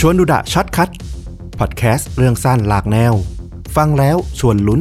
ชวนดูดะช็อตคัทพอดแคสต์เรื่องสั้นหลากแนวฟังแล้วชวนลุ้น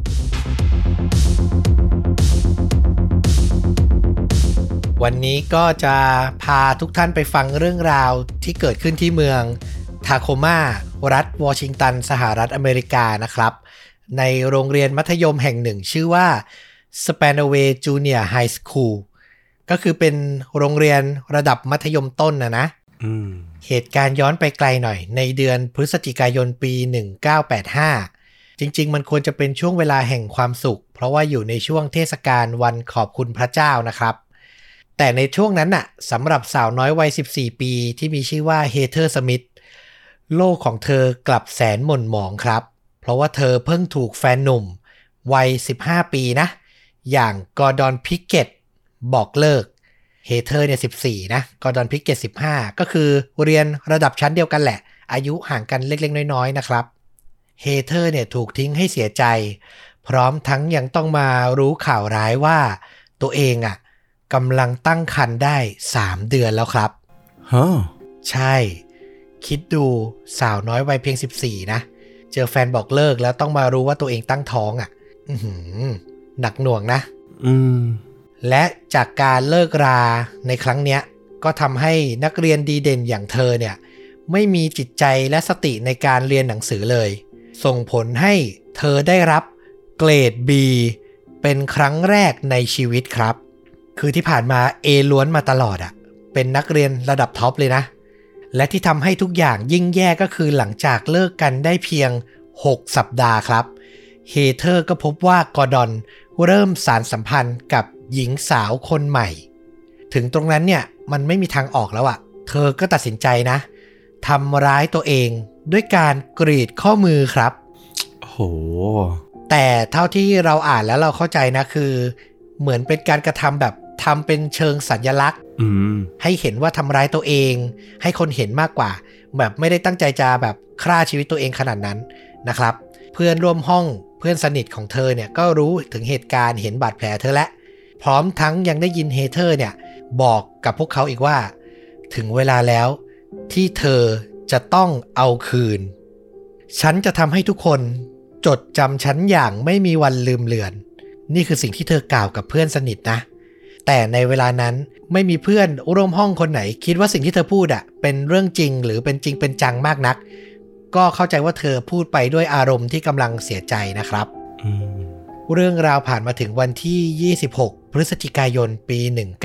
วันนี้ก็จะพาทุกท่านไปฟังเรื่องราวที่เกิดขึ้นที่เมืองทาโคมารัฐวอชิงตันสหรัฐอเมริกานะครับในโรงเรียนมัธยมแห่งหนึ่งชื่อว่า Spanaway Junior High School ก็คือเป็นโรงเรียนระดับมัธยมต้นนะเหตุการณ์ย้อนไปไกลหน่อยในเดือนพฤศจิกายนปี1985จริงๆมันควรจะเป็นช่วงเวลาแห่งความสุขเพราะว่าอยู่ในช่วงเทศกาลวันขอบคุณพระเจ้านะครับแต่ในช่วงนั้นน่ะสำหรับสาวน้อยวัย14ปีที่มีชื่อว่าเฮเธอร์สมิธโลกของเธอกลับแสนหม่นหมองครับเพราะว่าเธอเพิ่งถูกแฟนหนุ่มวัย15ปีนะอย่างกอร์ดอนพิกเก็ตบอกเลิกเฮเธอร์เนี่ย14นะกอร์ดอนพิกเก็ต15ก็คือเรียนระดับชั้นเดียวกันแหละอายุห่างกันเล็กๆน้อยๆนะครับเฮเธอร์เนี่ยถูกทิ้งให้เสียใจพร้อมทั้งยังต้องมารู้ข่าวร้ายว่าตัวเองอ่ะกำลังตั้งครรภ์ได้3เดือนแล้วครับใช่คิดดูสาวน้อยวัยเพียง14นะเจอแฟนบอกเลิกแล้วต้องมารู้ว่าตัวเองตั้งท้องอ่ะหนักหน่วงนะและจากการเลิกราในครั้งเนี้ยก็ทำให้นักเรียนดีเด่นอย่างเธอเนี่ยไม่มีจิตใจและสติในการเรียนหนังสือเลยส่งผลให้เธอได้รับเกรด B เป็นครั้งแรกในชีวิตครับคือที่ผ่านมา A ล้วนมาตลอดอ่ะเป็นนักเรียนระดับท็อปเลยนะและที่ทำให้ทุกอย่างยิ่งแย่ก็คือหลังจากเลิกกันได้เพียง6สัปดาห์ครับเฮเธอร์ก็พบว่ากอร์ดอนเริ่มสานสัมพันธ์กับหญิงสาวคนใหม่ถึงตรงนั้นเนี่ยมันไม่มีทางออกแล้วอ่ะเธอก็ตัดสินใจนะทำร้ายตัวเองด้วยการกรีดข้อมือครับโหแต่เท่าที่เราอ่านแล้วเราเข้าใจนะคือเหมือนเป็นการกระทำแบบทำเป็นเชิงสัญลักษณ์ให้เห็นว่าทำร้ายตัวเองให้คนเห็นมากกว่าแบบไม่ได้ตั้งใจจะแบบฆ่าชีวิตตัวเองขนาดนั้นนะครับเพื่อนร่วมห้องเพื่อนสนิทของเธอเนี่ยก็รู้ถึงเหตุการณ์เห็นบาดแผลเธอและพร้อมทั้งยังได้ยินเฮเธอร์เนี่ยบอกกับพวกเขาอีกว่าถึงเวลาแล้วที่เธอจะต้องเอาคืนฉันจะทำให้ทุกคนจดจำฉันอย่างไม่มีวันลืมเลือนนี่คือสิ่งที่เธอกล่าวกับเพื่อนสนิทนะแต่ในเวลานั้นไม่มีเพื่อนร่วมห้องคนไหนคิดว่าสิ่งที่เธอพูดอ่ะเป็นเรื่องจริงหรือเป็นจริงเป็นจังมากนักก็เข้าใจว่าเธอพูดไปด้วยอารมณ์ที่กำลังเสียใจนะครับเรื่องราวผ่านมาถึงวันที่26พฤศจิกายนปี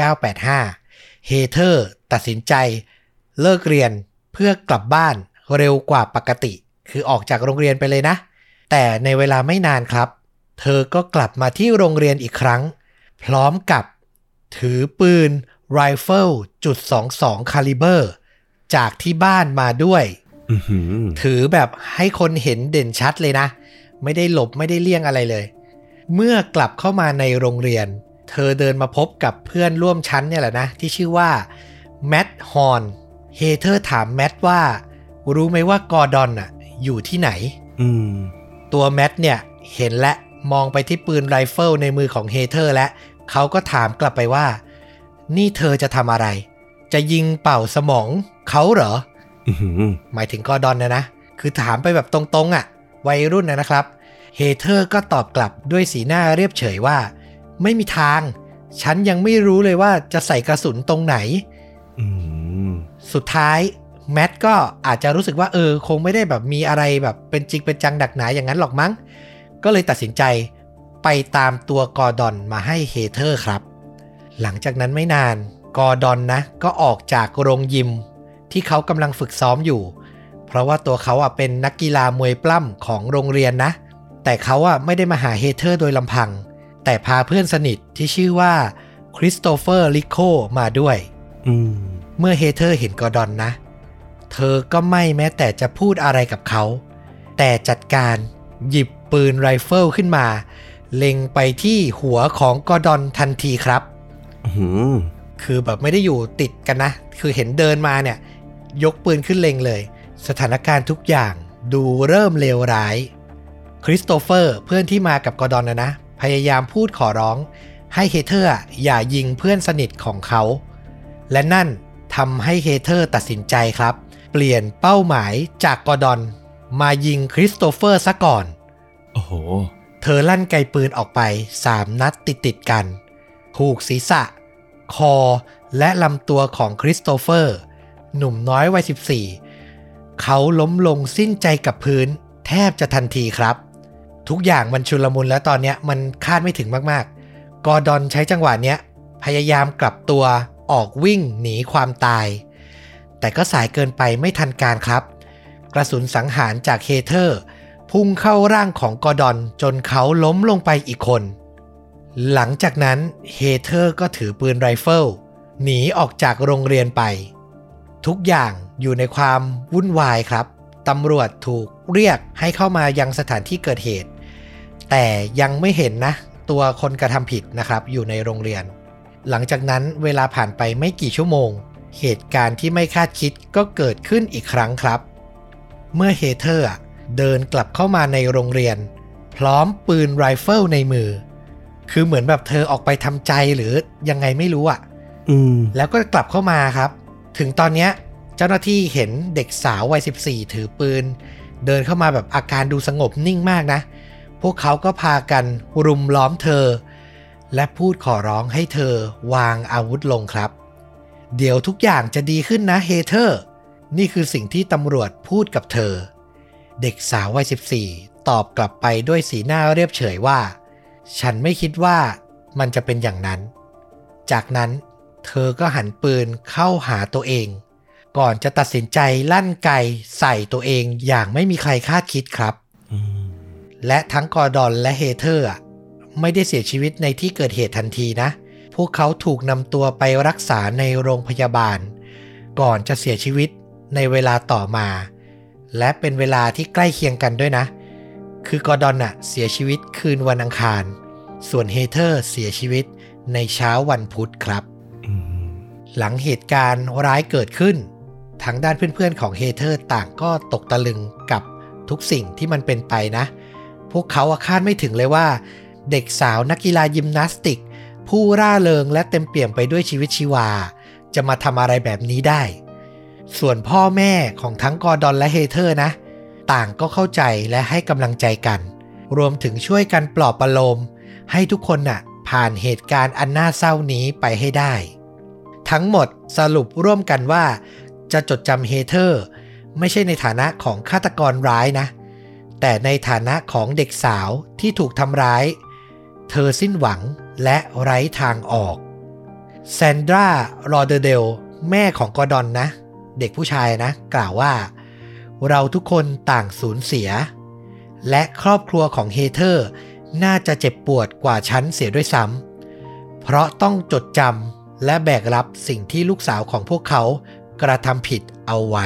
1985เฮเธอร์ตัดสินใจเลิกเรียนเพื่อกลับบ้านเร็วกว่าปกติคือออกจากโรงเรียนไปเลยนะแต่ในเวลาไม่นานครับเธอก็กลับมาที่โรงเรียนอีกครั้งพร้อมกับถือปืนไรเฟิล.22 คาลิเบอร์จากที่บ้านมาด้วยถือแบบให้คนเห็นเด่นชัดเลยนะไม่ได้หลบไม่ได้เลี่ยงอะไรเลยเมื่อกลับเข้ามาในโรงเรียนเธอเดินมาพบกับเพื่อนร่วมชั้นเนี่ยแหละนะที่ชื่อว่าแมตต์ฮอนเฮเธอร์ถามแมตต์ว่ารู้ไหมว่ากอร์ดอนน่ะอยู่ที่ไหนตัวแมตต์เนี่ยเห็นและมองไปที่ปืนไรเฟิลในมือของเฮเธอร์และเขาก็ถามกลับไปว่านี่เธอจะทำอะไรจะยิงเป่าสมองเขาเหรอหมายถึงกอร์ดอนนะคือถามไปแบบตรงๆอ่ะวัยรุ่นนะครับเฮเธอร์ก็ตอบกลับด้วยสีหน้าเรียบเฉยว่าไม่มีทางฉันยังไม่รู้เลยว่าจะใส่กระสุนตรงไหนสุดท้ายแมทก็อาจจะรู้สึกว่าคงไม่ได้แบบมีอะไรแบบเป็นจริงเป็นจังดักหนาอย่างนั้นหรอกมั้งก็เลยตัดสินใจไปตามตัวกอร์ดอนมาให้เฮเธอร์ครับหลังจากนั้นไม่นานกอร์ดอนนะก็ออกจากโรงยิมที่เขากำลังฝึกซ้อมอยู่เพราะว่าตัวเขาเป็นนักกีฬามวยปล้ำของโรงเรียนนะแต่เขาไม่ได้มาหาเฮเธอร์โดยลำพังแต่พาเพื่อนสนิทที่ชื่อว่าคริสโตเฟอร์ลิโคมาด้วยเมื่อเฮเธอร์เห็นกอร์ดอนนะเธอก็ไม่แม้แต่จะพูดอะไรกับเขาแต่จัดการหยิบปืนไรเฟิลขึ้นมาเล็งไปที่หัวของกอร์ดอนทันทีครับคือแบบไม่ได้อยู่ติดกันนะคือเห็นเดินมาเนี่ยยกปืนขึ้นเล็งเลยสถานการณ์ทุกอย่างดูเริ่มเลวร้ายคริสโตเฟอร์เพื่อนที่มากับกอร์ดอนนะพยายามพูดขอร้องให้เฮเธอร์อย่ายิงเพื่อนสนิทของเขาและนั่นทำให้เฮเธอร์ตัดสินใจครับเปลี่ยนเป้าหมายจากกอร์ดอนมายิงคริสโตเฟอร์ซะก่อนโอ้โหเธอลั่นไกปืนออกไป3 นัดติดกันถูกศีรษะคอและลำตัวของคริสโตเฟอร์หนุ่มน้อยวัย14เขาล้มลงสิ้นใจกับพื้นแทบจะทันทีครับทุกอย่างมันชุลมุนแล้วตอนนี้มันคาดไม่ถึงมากๆกอร์ดอนใช้จังหวะนี้พยายามกลับตัวออกวิ่งหนีความตายแต่ก็สายเกินไปไม่ทันการครับกระสุนสังหารจากเฮเธอร์พุ่งเข้าร่างของกอร์ดอนจนเขาล้มลงไปอีกคนหลังจากนั้นเฮเธอร์ก็ถือปืนไรเฟิลหนีออกจากโรงเรียนไปทุกอย่างอยู่ในความวุ่นวายครับตำรวจถูกเรียกให้เข้ามายังสถานที่เกิดเหตุแต่ยังไม่เห็นนะตัวคนกระทำผิดนะครับอยู่ในโรงเรียนหลังจากนั้นเวลาผ่านไปไม่กี่ชั่วโมงเหตุการณ์ที่ไม่คาดคิดก็เกิดขึ้นอีกครั้งครับเมื่อเฮเธอร์เดินกลับเข้ามาในโรงเรียนพร้อมปืนไรเฟิลในมือคือเหมือนแบบเธอออกไปทำใจหรือยังไงไม่รู้แล้วก็กลับเข้ามาครับถึงตอนนี้เจ้าหน้าที่เห็นเด็กสาววัย14ถือปืนเดินเข้ามาแบบอาการดูสงบนิ่งมากนะพวกเขาก็พากันรุมล้อมเธอและพูดขอร้องให้เธอวางอาวุธลงครับเดี๋ยวทุกอย่างจะดีขึ้นนะเฮเธอร์นี่คือสิ่งที่ตำรวจพูดกับเธอเด็กสาววัย14ตอบกลับไปด้วยสีหน้าเรียบเฉยว่าฉันไม่คิดว่ามันจะเป็นอย่างนั้นจากนั้นเธอก็หันปืนเข้าหาตัวเองก่อนจะตัดสินใจลั่นไกใส่ตัวเองอย่างไม่มีใครคาดคิดครับและทั้งกอร์ดอนและเฮเธอร์ไม่ได้เสียชีวิตในที่เกิดเหตุทันทีนะพวกเขาถูกนำตัวไปรักษาในโรงพยาบาลก่อนจะเสียชีวิตในเวลาต่อมาและเป็นเวลาที่ใกล้เคียงกันด้วยนะคือกอร์ดอนเสียชีวิตคืนวันอังคารส่วนเฮเธอร์เสียชีวิตในเช้าวันพุธครับหลังเหตุการณ์ร้ายเกิดขึ้นทางด้านเพื่อนๆของเฮเธอร์ต่างก็ตกตะลึงกับทุกสิ่งที่มันเป็นไปนะพวกเขาคาดไม่ถึงเลยว่าเด็กสาวนักกีฬายิมนาสติกผู้ร่าเริงและเต็มเปี่ยมไปด้วยชีวิตชีวาจะมาทำอะไรแบบนี้ได้ส่วนพ่อแม่ของทั้งกอร์ดอนและเฮเธอร์นะต่างก็เข้าใจและให้กำลังใจกันรวมถึงช่วยกันปลอบประโลมให้ทุกคนผ่านเหตุการณ์อันน่าเศร้านี้ไปให้ได้ทั้งหมดสรุปร่วมกันว่าจะจดจำเฮเธอร์ไม่ใช่ในฐานะของฆาตกรร้ายนะแต่ในฐานะของเด็กสาวที่ถูกทำร้ายเธอสิ้นหวังและไร้ทางออกแซนดราโรเดเดลแม่ของกอร์ดอนนะเด็กผู้ชายนะกล่าวว่าเราทุกคนต่างสูญเสียและครอบครัวของเฮเธอร์น่าจะเจ็บปวดกว่าฉันเสียด้วยซ้ำเพราะต้องจดจำและแบกรับสิ่งที่ลูกสาวของพวกเขากระทำผิดเอาไว้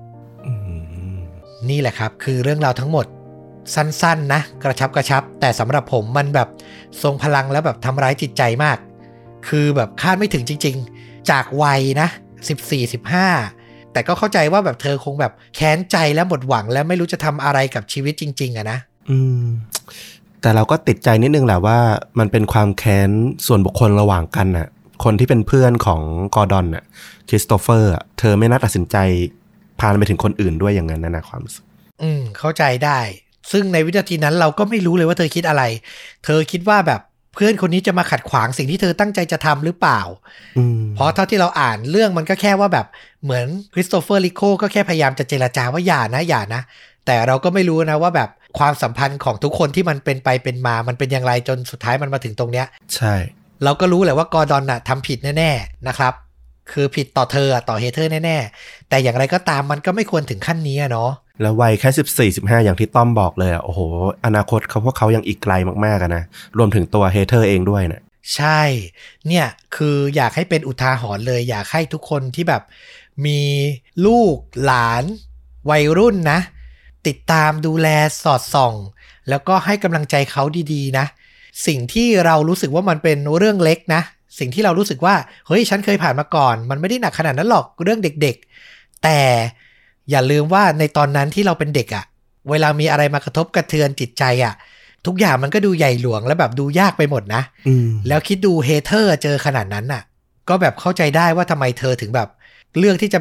นี่แหละครับคือเรื่องราวทั้งหมดสั้นๆนะกระชับแต่สำหรับผมมันแบบทรงพลังและแบบทำร้ายจิตใจมากคือแบบคาดไม่ถึงจริงๆจากวัยนะ14-15แต่ก็เข้าใจว่าแบบเธอคงแบบแค้นใจและหมดหวังและไม่รู้จะทำอะไรกับชีวิตจริงๆนะแต่เราก็ติดใจนิดนึงแหละว่ามันเป็นความแค้นส่วนบุคคลระหว่างกันน่ะคนที่เป็นเพื่อนของกอร์ดอนน่ะคริสโตเฟอร์เธอไม่น่าตัดสินใจพาไปถึงคนอื่นด้วยอย่างนั้นนะความรู้สึกเข้าใจได้ซึ่งในวินาทีนั้นเราก็ไม่รู้เลยว่าเธอคิดอะไรเธอคิดว่าแบบเพื่อนคนนี้จะมาขัดขวางสิ่งที่เธอตั้งใจจะทำหรือเปล่าเพราะเท่าที่เราอ่านเรื่องมันก็แค่ว่าแบบเหมือนคริสโตเฟอร์ลิโคก็แค่พยายามจะเจรจาว่าอย่านะแต่เราก็ไม่รู้นะว่าแบบความสัมพันธ์ของทุกคนที่มันเป็นไปเป็นมามันเป็นอย่างไรจนสุดท้ายมันมาถึงตรงเนี้ยใช่เราก็รู้แหละว่ากอร์ดอนทำผิดแน่ๆนะครับคือผิดต่อเธอต่อเฮเธอร์แน่ๆแต่อย่างไรก็ตามมันก็ไม่ควรถึงขั้นนี้เนาะแล้ววัยแค่14-15อย่างที่ต้อมบอกเลยโอ้โหอนาคตพวกเขายังอีกไกลมากๆนะรวมถึงตัวเฮเธอร์เองด้วยนะใช่เนี่ยคืออยากให้เป็นอุทาหรณ์เลยอยากให้ทุกคนที่แบบมีลูกหลานวัยรุ่นนะติดตามดูแลสอดส่องแล้วก็ให้กำลังใจเขาดีๆนะสิ่งที่เรารู้สึกว่ามันเป็นเรื่องเล็กนะสิ่งที่เรารู้สึกว่าเฮ้ยฉันเคยผ่านมาก่อนมันไม่ได้หนักขนาดนั้นหรอกเรื่องเด็กๆแต่อย่าลืมว่าในตอนนั้นที่เราเป็นเด็กเวลามีอะไรมากระทบกระเทือนจิตใจทุกอย่างมันก็ดูใหญ่หลวงและแบบดูยากไปหมดนะแล้วคิดดูเฮเธอร์เจอขนาดนั้นก็แบบเข้าใจได้ว่าทำไมเธอถึงแบบเลือกที่จะแบบ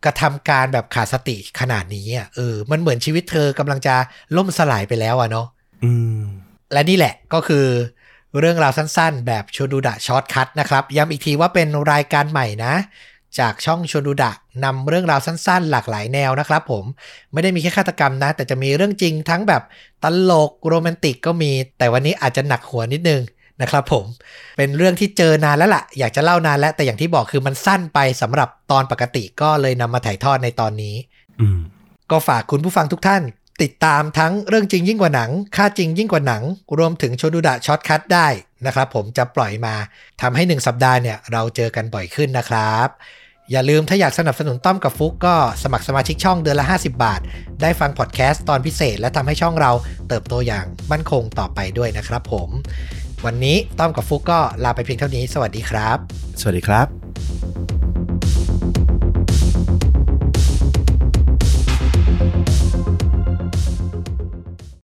กระทำการแบบขาดสติขนาดนี้อ่ะมันเหมือนชีวิตเธอกำลังจะล่มสลายไปแล้วอ่ะเนาะและนี่แหละก็คือเรื่องราวสั้นๆแบบชวนดูดะช็อตคัทนะครับย้ำอีกทีว่าเป็นรายการใหม่นะจากช่องชวนดูดะนำเรื่องราวสั้นๆหลากหลายแนวนะครับผมไม่ได้มีแค่ฆาตกรรมนะแต่จะมีเรื่องจริงทั้งแบบตลกโรแมนติกก็มีแต่วันนี้อาจจะหนักหัวนิดนึงนะครับผมเป็นเรื่องที่เจอนานแล้วล่ะอยากจะเล่านานแล้วแต่อย่างที่บอกคือมันสั้นไปสำหรับตอนปกติก็เลยนำมาถ่ายทอดในตอนนี้ก็ฝากคุณผู้ฟังทุกท่านติดตามทั้งเรื่องจริงยิ่งกว่าหนังค่าจริงยิ่งกว่าหนังรวมถึงชวนดูดะช็อตคัทได้นะครับผมจะปล่อยมาทำให้1สัปดาห์เนี่ยเราเจอกันบ่อยขึ้นนะครับอย่าลืมถ้าอยากสนับสนุนต้อมกับฟุกก็สมัครสมาชิกช่องเดือนละ50 บาทได้ฟังพอดแคสต์ตอนพิเศษและทำให้ช่องเราเติบโตอย่างมั่นคงต่อไปด้วยนะครับผมวันนี้ต้อมกับฟุกก็ลาไปเพียงเท่านี้สวัสดีครับสวัสดีครับ